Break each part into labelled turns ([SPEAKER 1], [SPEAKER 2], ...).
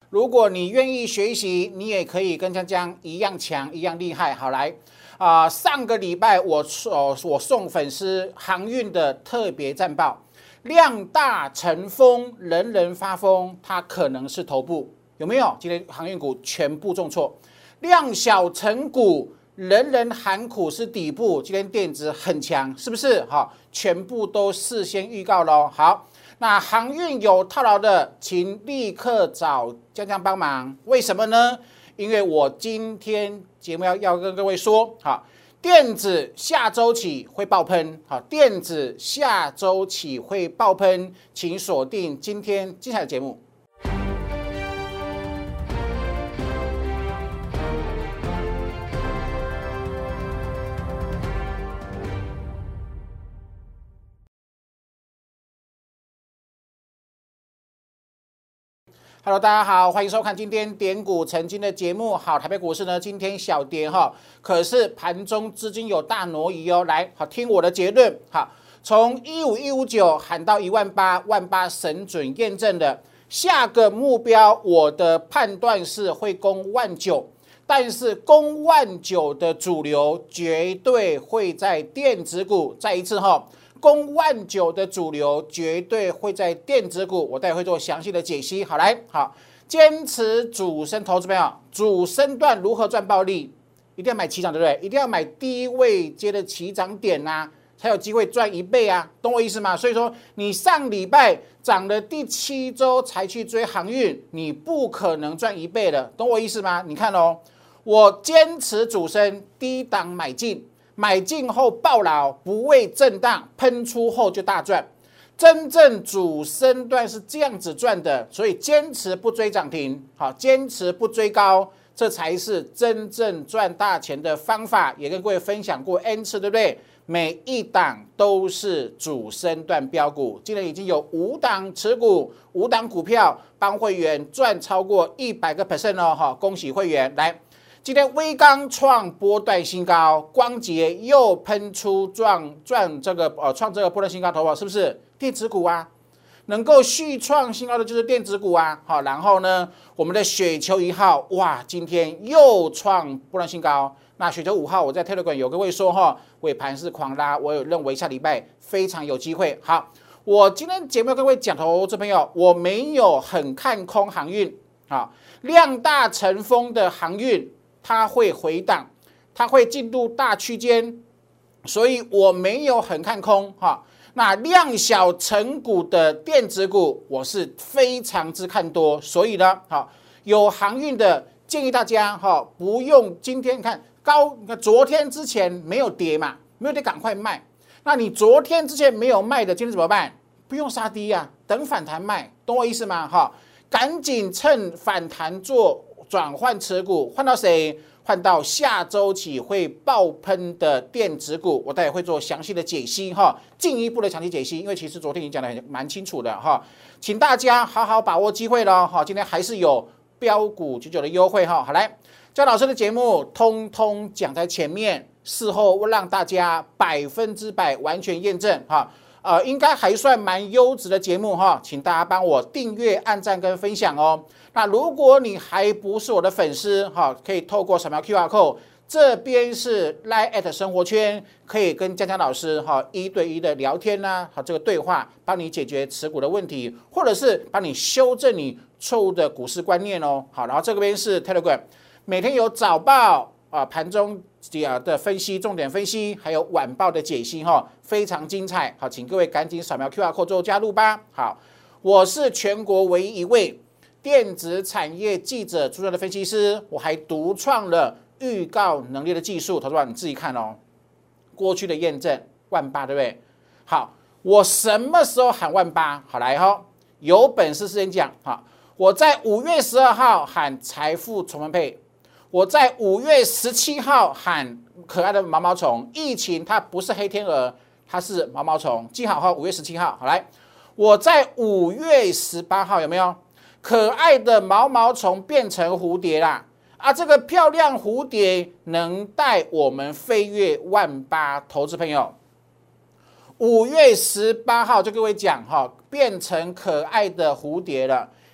[SPEAKER 1] 如果你愿意学习，你也可以跟江江一样强，一样厉害。好，来上个礼拜我送粉丝航运的特别战报，量大成风，人人发疯，它可能是头部，有没有？今天航运股全部重挫，量小成股，人人喊苦是底部。今天电子很强，是不是？好，全部都事先预告咯。好，那航运有套牢的，请立刻找江江帮忙。为什么呢？因为我今天节目要跟各位说，好，电子下周起会爆喷，好，电子下周起会爆喷，请锁定今天精彩的节目。Hello， 大家好，欢迎收看今天点股成金的节目。好，台北股市呢今天小跌哈，可是盘中资金有大挪移哦。来，好，听我的结论。好，从15159喊到18000，18000神准验证的下个目标，我的判断是会攻19000，但是攻19000的主流绝对会在电子股。再一次哈。攻19000的主流绝对会在电子股，我待会会做详细的解析。好，来，好，坚持主升投资朋友，主升段如何赚暴利？一定要买起涨，对不对？一定要买低位接的起涨点啊，才有机会赚1倍啊，懂我意思吗？所以说，你上礼拜涨了第7周才去追航运，你不可能赚1倍的，懂我意思吗？你看哦，我坚持主升，低档买进。买进后抱牢，不畏震荡，喷出后就大赚。真正主升段是这样子赚的，所以坚持不追涨停，好，坚持不追高，这才是真正赚大钱的方法。也跟各位分享过 N 次，对不对？每一档都是主升段标股，今年已经有5档持股，5档股票帮会员赚超过100%哦，哈，恭喜会员来。今天威刚创波段新高，光捷又喷出创这个波段新高头发，是不是电子股啊？能够续创新高的就是电子股啊。好，然后呢，我们的雪球1号，哇，今天又创波段新高。那雪球5号，我在 Telegram 有各位说哈，尾盘是狂拉，我有认为下礼拜非常有机会。好，我今天节目跟各位讲，投资朋友，我没有很看空航运，好，量大成风的航运。它会回档，它会进入大区间，所以我没有很看空哈。那量小成股的电子股，我是非常之看多，所以呢，好，有航运的建议大家哈，不用今天看高，昨天之前没有跌嘛，没有跌赶快卖。那你昨天之前没有卖的，今天怎么办？不用杀低啊，等反弹卖，懂我意思吗？哈，赶紧趁反弹做。转换持股，换到谁？换到下周起会爆喷的电子股，我待会会做详细的解析哈，进一步的详细解析。因为其实昨天已经讲得蛮清楚的哈，请大家好好把握机会了哈。今天还是有标股99的优惠哈。好，来，焦老师的节目通通讲在前面，事后让大家100%完全验证哈。应该还算蛮优质的节目哈，请大家帮我订阅、按赞跟分享哦。那如果你还不是我的粉丝哈，可以透过扫描 QR code， 这边是 Line@ 生活圈，可以跟江江老师哈1对1的聊天呐，好，这个对话帮你解决持股的问题，或者是帮你修正你错误的股市观念哦。好，然后这边是 Telegram， 每天有早报盘中的分析，重点分析，还有晚报的解析哈，非常精彩。好，请各位赶紧扫描 QR code 做加入吧。好，我是全国唯一一位电子产业记者出身的分析师，我还独创了预告能力的技术。投资者你自己看哦，过去的验证18000，对不对？好，我什么时候喊18000？好，来哈，有本事先讲哈。我在5月12号喊财富重分配。我在5月17号喊可爱的毛毛虫，疫情它不是黑天鹅，它是毛毛虫，记好哈，5月17号，好来，我在5月18号有没有可爱的毛毛虫变成蝴蝶啦？啊，这个漂亮蝴蝶能带我们飞越18000，投资朋友，5月18号就各位讲哈，变成可爱的蝴蝶了。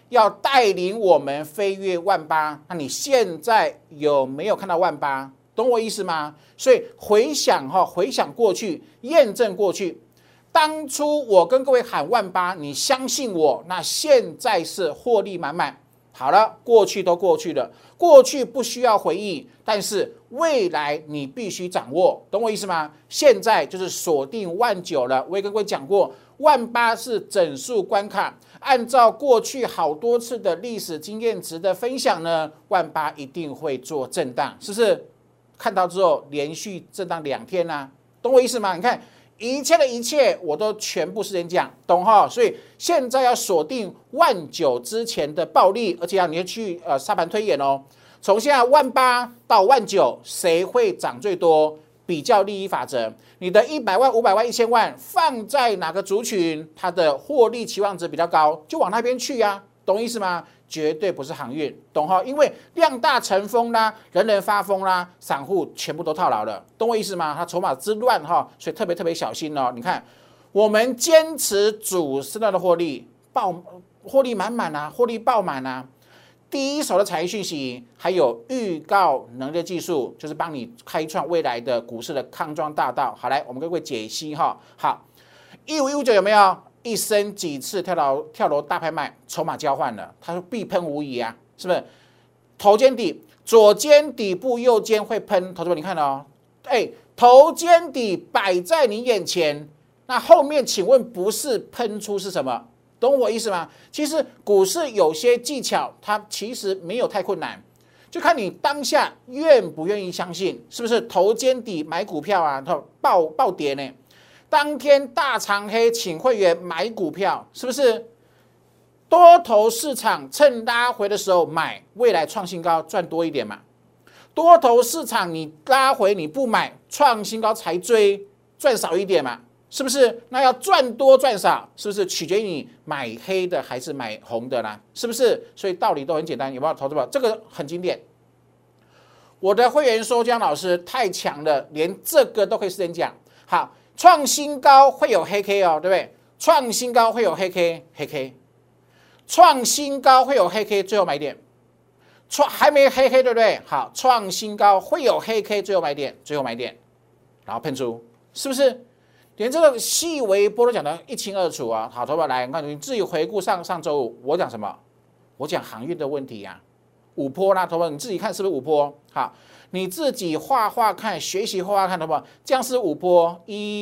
[SPEAKER 1] 要带领我们飞越18000，那你现在有没有看到18000？懂我意思吗？所以回想过去，验证过去，当初我跟各位喊18000，你相信我，那现在是获利满满。好了，过去都过去了，过去不需要回忆，但是未来你必须掌握，懂我意思吗？现在就是锁定19000了。我也跟各位讲过，18000是整数关卡，按照过去好多次的历史经验值的分享呢，18000一定会做震荡，是不是？看到之后连续震荡2天啊，懂我意思吗？你看。一切的一切，我都全部事先讲，懂哈？所以现在要锁定19000之前的暴利，而且你要去沙盘推演哦。从现在18000到19000，谁会涨最多？比较利益法则，你的100万、500万、1000万放在哪个族群，它的获利期望值比较高，就往那边去啊，懂意思吗？绝对不是航运，懂哈？因为量大成风啦，人人发疯啦，散户全部都套牢了，懂我意思吗？它筹码之乱哈，所以特别小心哦。你看，我们坚持主升段的获利获利满满啊，获利爆满啊。第一手的产业讯息，还有预告能力的技术，就是帮你开创未来的股市的康庄大道。好，来我们各位解析哈。好，15159有没有？一升几次跳楼大拍卖，筹码交换了，他说必喷无疑啊，是不是？头肩底，左肩底部，右肩会喷，投资者你看哦，头肩底摆在你眼前，那后面请问不是喷出是什么？懂我意思吗？其实股市有些技巧，它其实没有太困难，就看你当下愿不愿意相信，是不是？头肩底买股票啊，暴跌呢？当天大长黑，请会员买股票，是不是？多头市场趁拉回的时候买，未来创新高赚多一点嘛。多头市场你拉回你不买，创新高才追，赚少一点嘛，是不是？那要赚多赚少，是不是取决于你买黑的还是买红的啦？是不是？所以道理都很简单，有没有投资者？这个很经典。我的会员说，姜老师太强了，连这个都可以事先讲。好。创新高会有黑 K 哦，对不对？创新高会有黑 K， 创新高会有黑 K， 最后买点。还没黑 K， 对不对？好，创新高会有黑 K， 最后买点，然后喷出，是不是？连这个细微波都讲得一清二楚啊！好，投资者来，看你自己回顾上周五我讲什么？我讲航运的问题啊，5波啦，投资者你自己看是不是5波？好。你自己画画看，学习画画看，好不好？这样是5波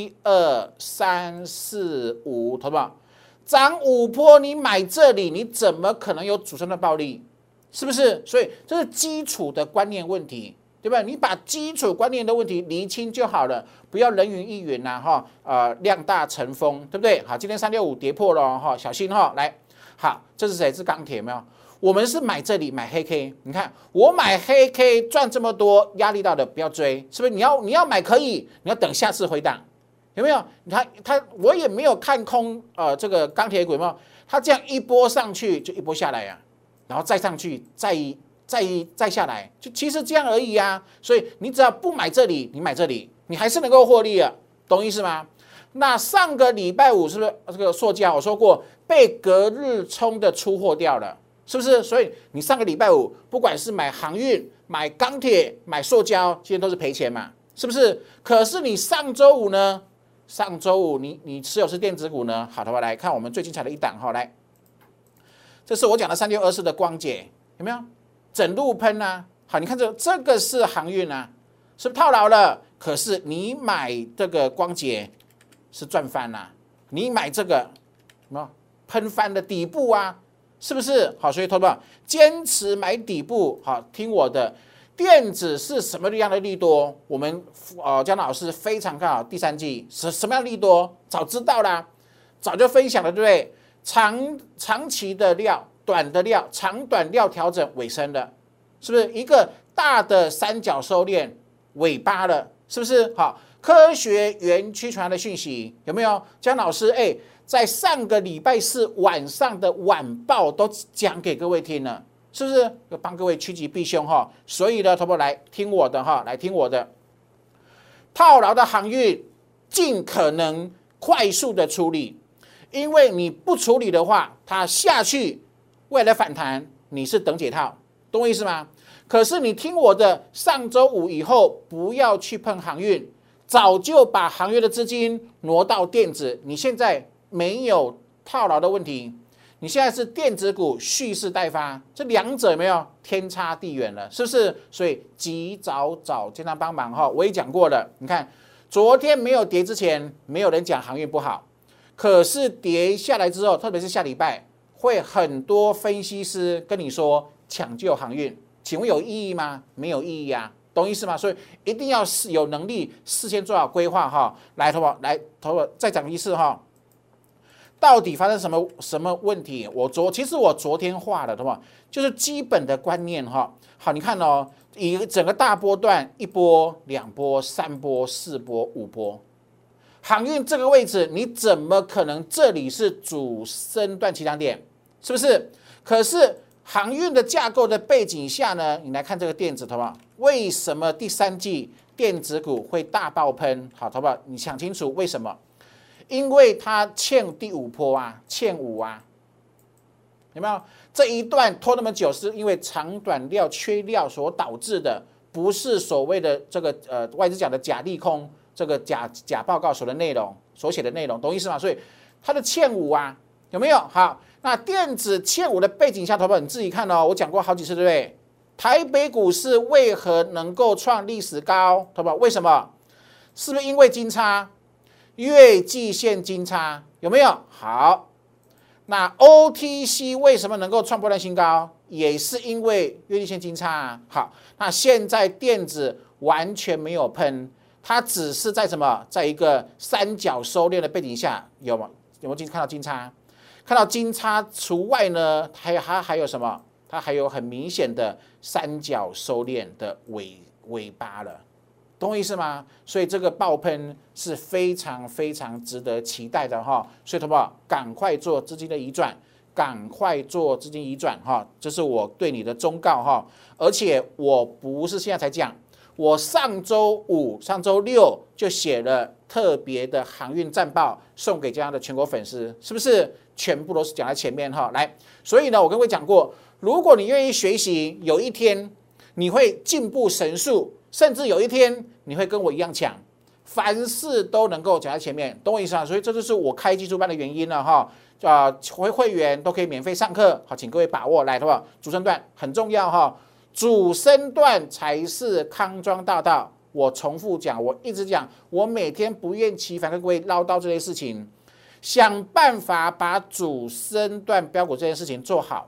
[SPEAKER 1] ，1、2、3、4、5，好不好？涨5波，你买这里，你怎么可能有主升的暴利？是不是？所以这是基础的观念问题，对吧？你把基础观念的问题厘清就好了，不要人云亦云呐，哈，量大成风，对不对？好，今天365跌破了哈，小心哈，来，好，这是谁？是钢铁，有没有？我们是买这里买黑 K， 你看我买黑 K 赚这么多，压力大的不要追，是不是？你要买可以，你要等下次回档，有没有？我也没有看空这个钢铁股，有没有？它这样一波上去就一波下来啊，然后再上去，再下来，就其实这样而已啊。所以你只要不买这里，你买这里，你还是能够获利啊，懂意思吗？那上个礼拜五是不是这个塑胶我说过被隔日冲的出货掉了？是不是？所以你上个礼拜五，不管是买航运、买钢铁、买塑胶，今天都是赔钱嘛，是不是？可是你上周五呢？上周五你持有是电子股呢？好的话，来看我们最精彩的一档哈，来，这是我讲的3624的光解，有没有？整路喷啊！好，你看这个是航运啊，是不是套牢了？可是你买这个光解是赚翻了，你买这个什么喷翻的底部啊？是不是好？所以投资者坚持买底部，好，听我的。电子是什么样的利多？我们姜老师非常看好第三季什么样的利多？早知道啦，早就分享了，对不对？长期的料、短的料、长短料调整尾声了，是不是一个大的三角收敛尾巴了？是不是好？科学园区传来的讯息有没有？姜老师在上个礼拜四晚上的晚报都讲给各位听了，是不是？要帮各位趋吉避凶哈。所以呢，投资来听我的哈，来听我的。套牢的航运尽可能快速的处理，因为你不处理的话，它下去未来的反弹你是等解套，懂我意思吗？可是你听我的，上周五以后不要去碰航运，早就把航运的资金挪到电子，你现在没有套牢的问题，你现在是电子股蓄势待发，这两者有没有天差地远了？是不是？所以及早找建商帮忙哈，我也讲过了，你看昨天没有跌之前，没有人讲航运不好，可是跌下来之后，特别是下礼拜，会很多分析师跟你说抢救航运。请问有意义吗？没有意义啊，懂意思吗？所以一定要是有能力事先做好规划哈。来，投保，再讲一次哈。到底发生什么问题？其实我昨天画的，对吧？就是基本的观念哈。好，你看哦，以整个大波段1波、2波、3波、4波、5波，航运这个位置，你怎么可能这里是主升段起涨点？是不是？可是航运的架构的背景下呢，你来看这个电子，好不好？为什么第三季电子股会大爆喷？好，好不好？你想清楚为什么？因为它欠第5波啊，欠5啊，有没有？这一段拖那么久，是因为长短料缺料所导致的，不是所谓的这个外资讲的假利空，这个假报告所写的内容，懂意思吗？所以它的欠5啊，有没有？好。那电子欠5的背景下，投保你自己看哦，我讲过好几次，对不对？台北股市为何能够创历史高？投保为什么？是不是因为金叉、月季线金叉？有没有？好，那 OTC 为什么能够创波段新高？也是因为月季线金叉啊。好，那现在电子完全没有喷，它只是在什么？在一个三角收敛的背景下，有没有看到金叉？看到金叉除外呢，还有什么？它还有很明显的三角收敛的尾巴了，懂我意思吗？所以这个爆喷是非常非常值得期待的哈。所以同胞赶快做资金的移转，赶快做资金移转哈，这是我对你的忠告哈。而且我不是现在才讲，我上周5、上周6就写了特别的航运战报送给这样的全国粉丝，是不是？全部都是讲在前面哈。来，所以呢，我跟各位讲过，如果你愿意学习，有一天你会进步神速，甚至有一天你会跟我一样强，凡事都能够讲在前面，懂我意思吗？所以这就是我开基础班的原因了哈。会员都可以免费上课，好，请各位把握来，好不好？主升段很重要哈，主升段才是康庄大道。我重复讲，我一直讲，我每天不厌其烦跟各位唠叨这些事情。想办法把主升段标股这件事情做好。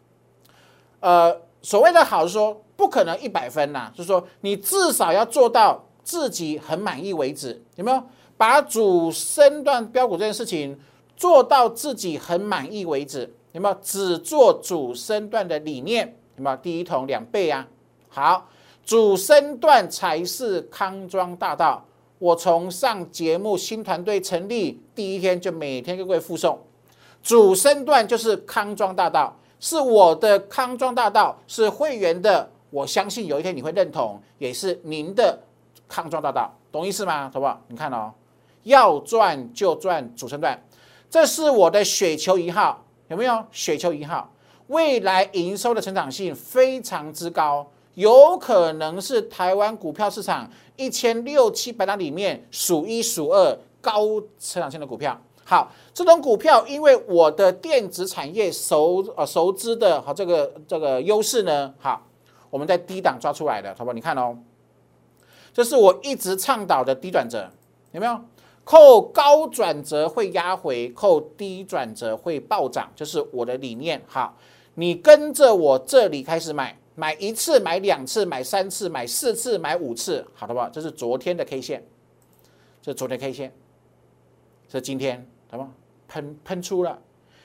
[SPEAKER 1] 所谓的好是说不可能100分呐，就是说你至少要做到自己很满意为止，有没有？把主升段标股这件事情做到自己很满意为止，有没有？只做主升段的理念，有没有？第一桶2倍啊！好，主升段才是康庄大道。我从上节目新团队成立第1天就每天跟各位附送，主升段就是康庄大道，是我的康庄大道，是会员的，我相信有一天你会认同，也是您的康庄大道，懂意思吗？好不好？你看哦，要赚就赚主升段，这是我的雪球1号，有没有？雪球1号，未来营收的成长性非常之高。有可能是台湾股票市场1600、700档里面数1数2高成长性的股票。好，这种股票因为我的电子产业熟知的这个优势呢，好，我们在低档抓出来的，好不好？你看哦，这是我一直倡导的低转折，有没有？扣高转折会压回，扣低转折会暴涨，这是我的理念。好，你跟着我这里开始买。买1次，买2次，买3次，买4次，买5次，好的吧？这是昨天的 K 线，这是昨天 K 线，这是今天，好不好？喷出了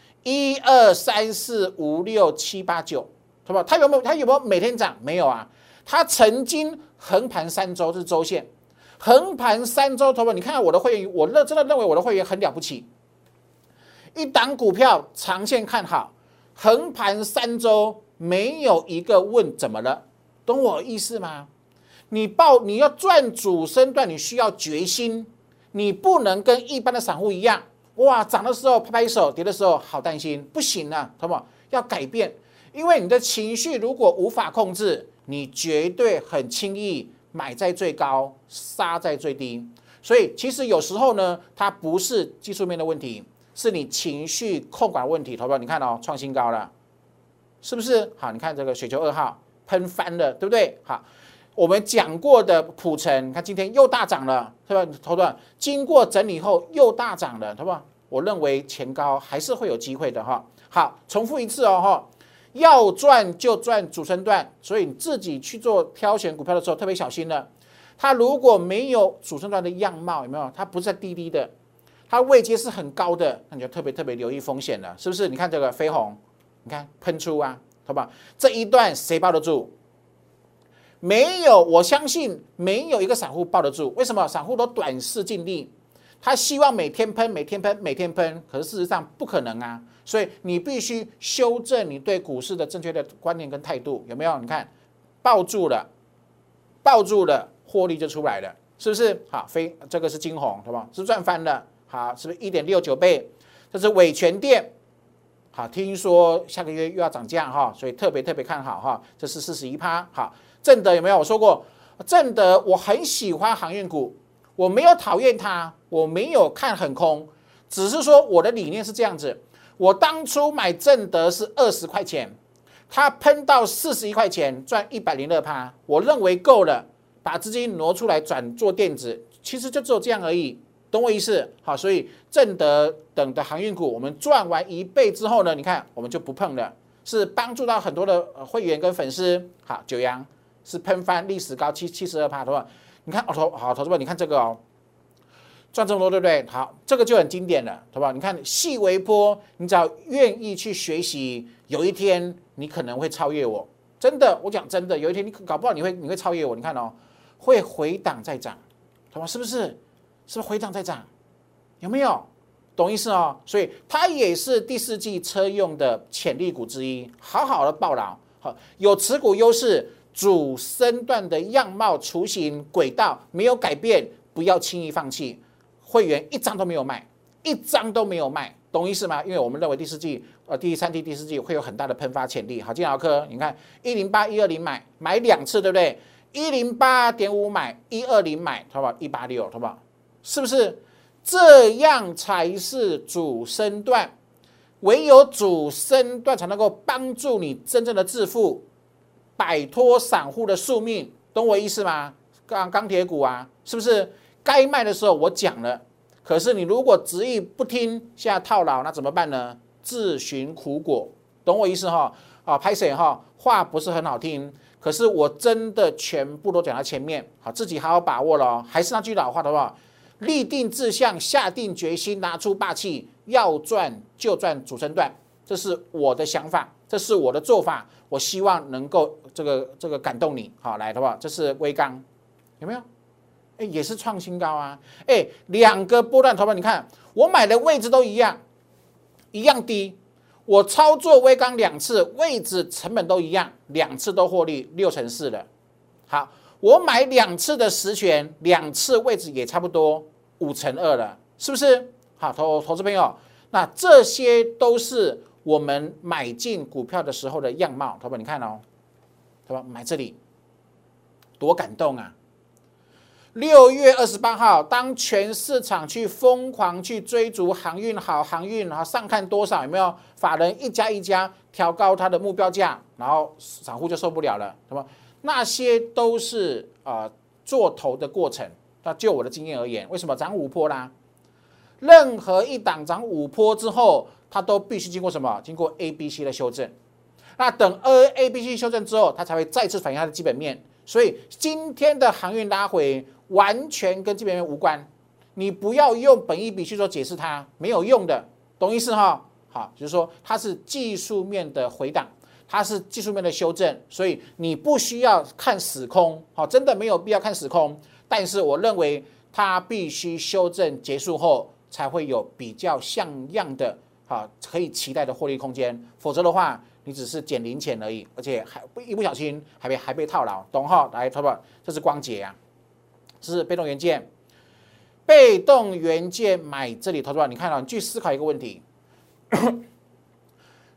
[SPEAKER 1] 1、2、3、4、5、6、7、8、9，好不好？它有没有每天涨？没有啊，它曾经横盘3周，这是周线，横盘3周，好不好？你看看我的会员，我真的认为我的会员很了不起，一档股票长线看好，横盘3周。没有一个问怎么了，懂我意思吗？你要赚主升段，你需要决心，你不能跟一般的散户一样，哇，涨的时候拍拍手，跌的时候好担心，不行啊，好不好？ 要改变，因为你的情绪如果无法控制，你绝对很轻易买在最高，杀在最低。所以其实有时候呢，它不是技术面的问题，是你情绪控管的问题。投票你看哦，创新高了，是不是？好，你看这个雪球2号喷翻了，对不对？好，我们讲过的普成，你看今天又大涨了，对吧？投票经过整理后又大涨了，对吧？我认为前高还是会有机会的哈。好，重复一次哦哈，要赚就赚主升段，所以你自己去做挑选股票的时候特别小心了。它如果没有主升段的样貌，有没有？它不是在低低的，它位阶是很高的，那你就特别留意风险了，是不是？你看这个飞鸿，你看喷出啊，好吧？这一段谁抱得住？没有，我相信没有一个散户抱得住。为什么？散户都短视尽力，他希望每天喷，每天喷，每天喷，可是事实上不可能啊。所以你必须修正你对股市的正确的观念跟态度，有没有？你看，抱住了，抱住了，获利就出来了，是不是？好，这个是金红，好不好？是赚翻了，好，是不是1.69倍？这是伟全电，好，听说下个月又要涨价哈，所以特别看好哈，这是41%。好，正德有没有？我说过，正德我很喜欢航运股，我没有讨厌它，我没有看很空，只是说我的理念是这样子。我当初买正德是20块钱，它喷到41块钱，赚102%，我认为够了，把资金挪出来转做电子，其实就只有这样而已，懂我意思？好，所以正德等的航运股，我们赚完1倍之后呢，你看我们就不碰了，是帮助到很多的会员跟粉丝。好，九阳是喷翻历史高72%，对吧？你看好投资者，你看这个哦。赚这么多，对不对？好，这个就很经典了，好不好？你看细微波，你只要愿意去学习，有一天你可能会超越我。真的，我讲真的，有一天你搞不好你会超越我。你看哦，会回档再涨，懂吗？是不是？是不是回档再涨？有没有？懂意思哦？所以它也是第4季车用的潜力股之一，好好的抱牢，好，有持股优势，主升段的样貌、雏形、轨道没有改变，不要轻易放弃。会员一张都没有卖，一张都没有卖，懂意思吗？因为我们认为第3季、第4季会有很大的喷发潜力。好，金豪科，你看108、120买2次，对不对？108.5买，120买，好不好？186，好不好？是不是？这样才是主升段，唯有主升段才能够帮助你真正的致富，摆脱散户的宿命，懂我意思吗？钢铁股啊，是不是？该卖的时候我讲了，可是你如果执意不听，现在套牢，那怎么办呢？自寻苦果，懂我意思哈？啊，拍谁哈？话不是很好听，可是我真的全部都讲到前面，好，自己好好把握了哦。还是那句老话的话，立定志向，下定决心，拿出霸气，要赚就赚主升段，这是我的想法，这是我的做法，我希望能够这个感动你，好，来的话，这是威刚，有没有？也是创新高啊！2个波段投盘，你看我买的位置都一样低。我操作威刚2次，位置成本都一样，2次都获利6%了。好，我买2次的实权，2次位置也差不多5%了，是不是？好，投资朋友，那这些都是我们买进股票的时候的样貌，投资朋友你看哦，对吧？买这里多感动啊！6月28号，当全市场去疯狂去追逐航运好，上看多少？有没有？法人一家一家调高它的目标价，然后散户就受不了了，什么？那些都是做头的过程。那就我的经验而言，为什么涨5波啦？任何一档涨5波之后，它都必须经过什么？经过 A、B、C 的修正。那等A、B、C 修正之后，它才会再次反映它的基本面。所以今天的航运拉回完全跟基本面无关，你不要用本益比去做解释它，没有用的，懂意思哈？好，就是说它是技术面的回档，它是技术面的修正，所以你不需要看死空，好，真的没有必要看死空。但是我认为它必须修正结束后，才会有比较像样的可以期待的获利空间，否则的话。你只是捡零钱而已，而且还一不小心还被套牢，懂哈？来，投保，这是光捷啊，这是被动元件，被动元件买这里投保，你看到，你去思考一个问题，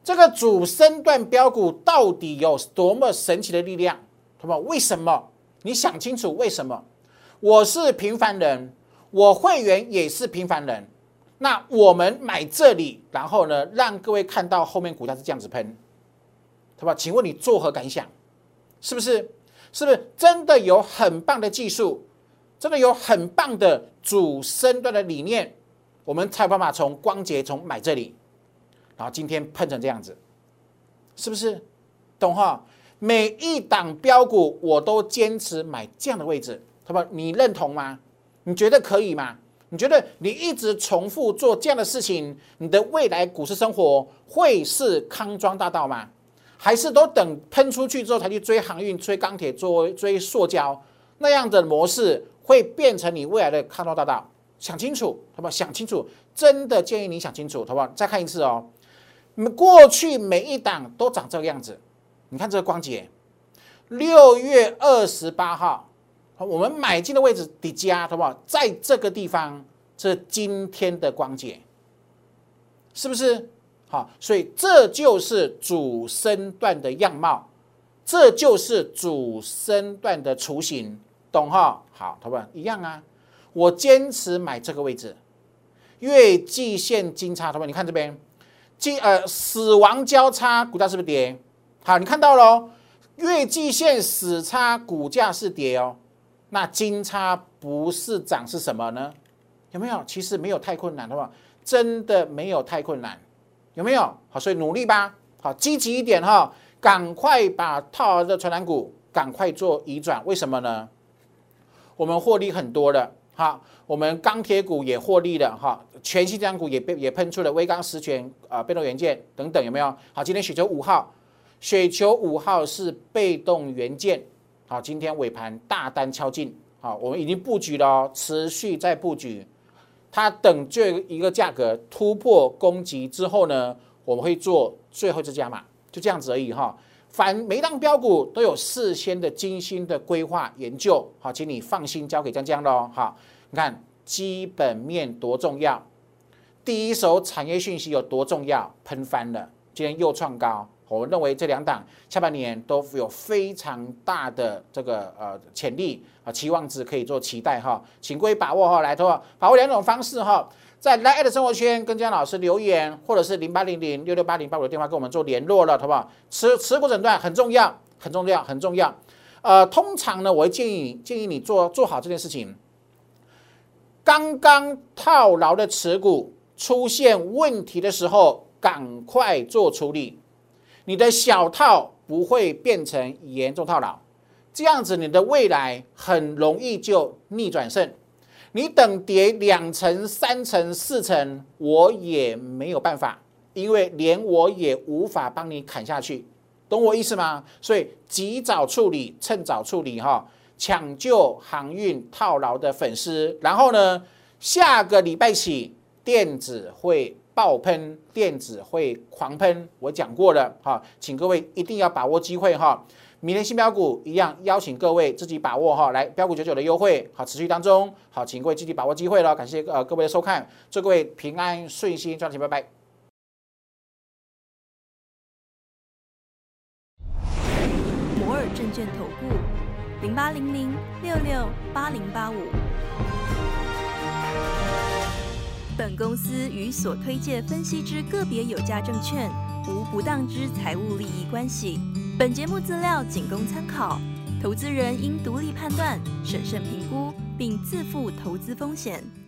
[SPEAKER 1] 这个主升段标股到底有多么神奇的力量？好不好？为什么？你想清楚为什么？我是平凡人，我会员也是平凡人，那我们买这里，然后呢，让各位看到后面股价是这样子喷，好不好？请问你作何感想？是不是？是不是真的有很棒的技术，真的有很棒的主升段的理念，我们才有办法从光捷从买这里，然后今天喷成这样子，是不是？懂哈？每一档标股我都坚持买这样的位置，好不好？你认同吗？你觉得可以吗？你觉得你一直重复做这样的事情，你的未来股市生活会是康庄大道吗？还是都等喷出去之后才去追航运、追钢铁、追塑胶那样的模式，会变成你未来的康庄大道？想清楚，好不好？想清楚，真的建议你想清楚，好不好？再看一次哦。过去每一档都长这个样子，你看这个光捷，6月28号，我们买进的位置底价，好不好？在这个地方，这今天的光捷，是不是？好，所以这就是主升段的样貌，这就是主升段的雏形，懂哈？好，好不好？一样啊。我坚持买这个位置，月季线金叉，好不好？你看这边，死亡交叉，股价是不是跌？好，你看到了，月季线死叉，股价是跌哦。那金叉不是涨是什么呢？有没有？其实没有太困难，好不好？真的没有太困难。有没有？好，所以努力吧，好，积极一点哈，赶快把套牢的传产股赶快做移转。为什么呢？我们获利很多了，好，我们钢铁股也获利了哈，全新涨股也喷出了威刚、十全被动元件等等，有没有？好，今天雪球5号，雪球5号是被动元件，好，今天尾盘大单敲进，好，我们已经布局了哦，持续在布局。它等这一个价格突破攻击之后呢，我们会做最后一次加码，就这样子而已哈。每一档标股都有事先的精心的规划研究，好，请你放心交给江江喽。好，你看基本面多重要，第一手产业讯息有多重要，喷翻了，今天又创高。我们认为这两档下半年都有非常大的这个潜力啊，期望值可以做期待哈，请各位把握哈，来把握两种方式哈，在 LINE 的生活圈跟江老师留言，或者是0800668085的电话跟我们做联络了，好不好？持股诊断很重要，很重要，很重要。通常呢，我会建议你做好这件事情。刚刚套牢的持股出现问题的时候，赶快做处理。你的小套不会变成严重套牢，这样子你的未来很容易就逆转胜。你等跌2成、3成、4成，我也没有办法，因为连我也无法帮你砍下去，懂我意思吗？所以及早处理，趁早处理哈，抢救航运套牢的粉丝。然后呢，下个礼拜起电子会爆喷，电子会狂喷，我讲过了哈，请各位一定要把握机会哈。明天新标股一样，邀请各位自己把握哈，来标股99的优惠好持续当中，好，请各位积极把握机会了，感谢各位的收看，祝各位平安顺心赚钱，拜拜。
[SPEAKER 2] 摩尔证券投顾0800668085。本公司与所推介分析之个别有价证券无不当之财务利益关系。本节目资料仅供参考，投资人应独立判断、审慎评估，并自负投资风险。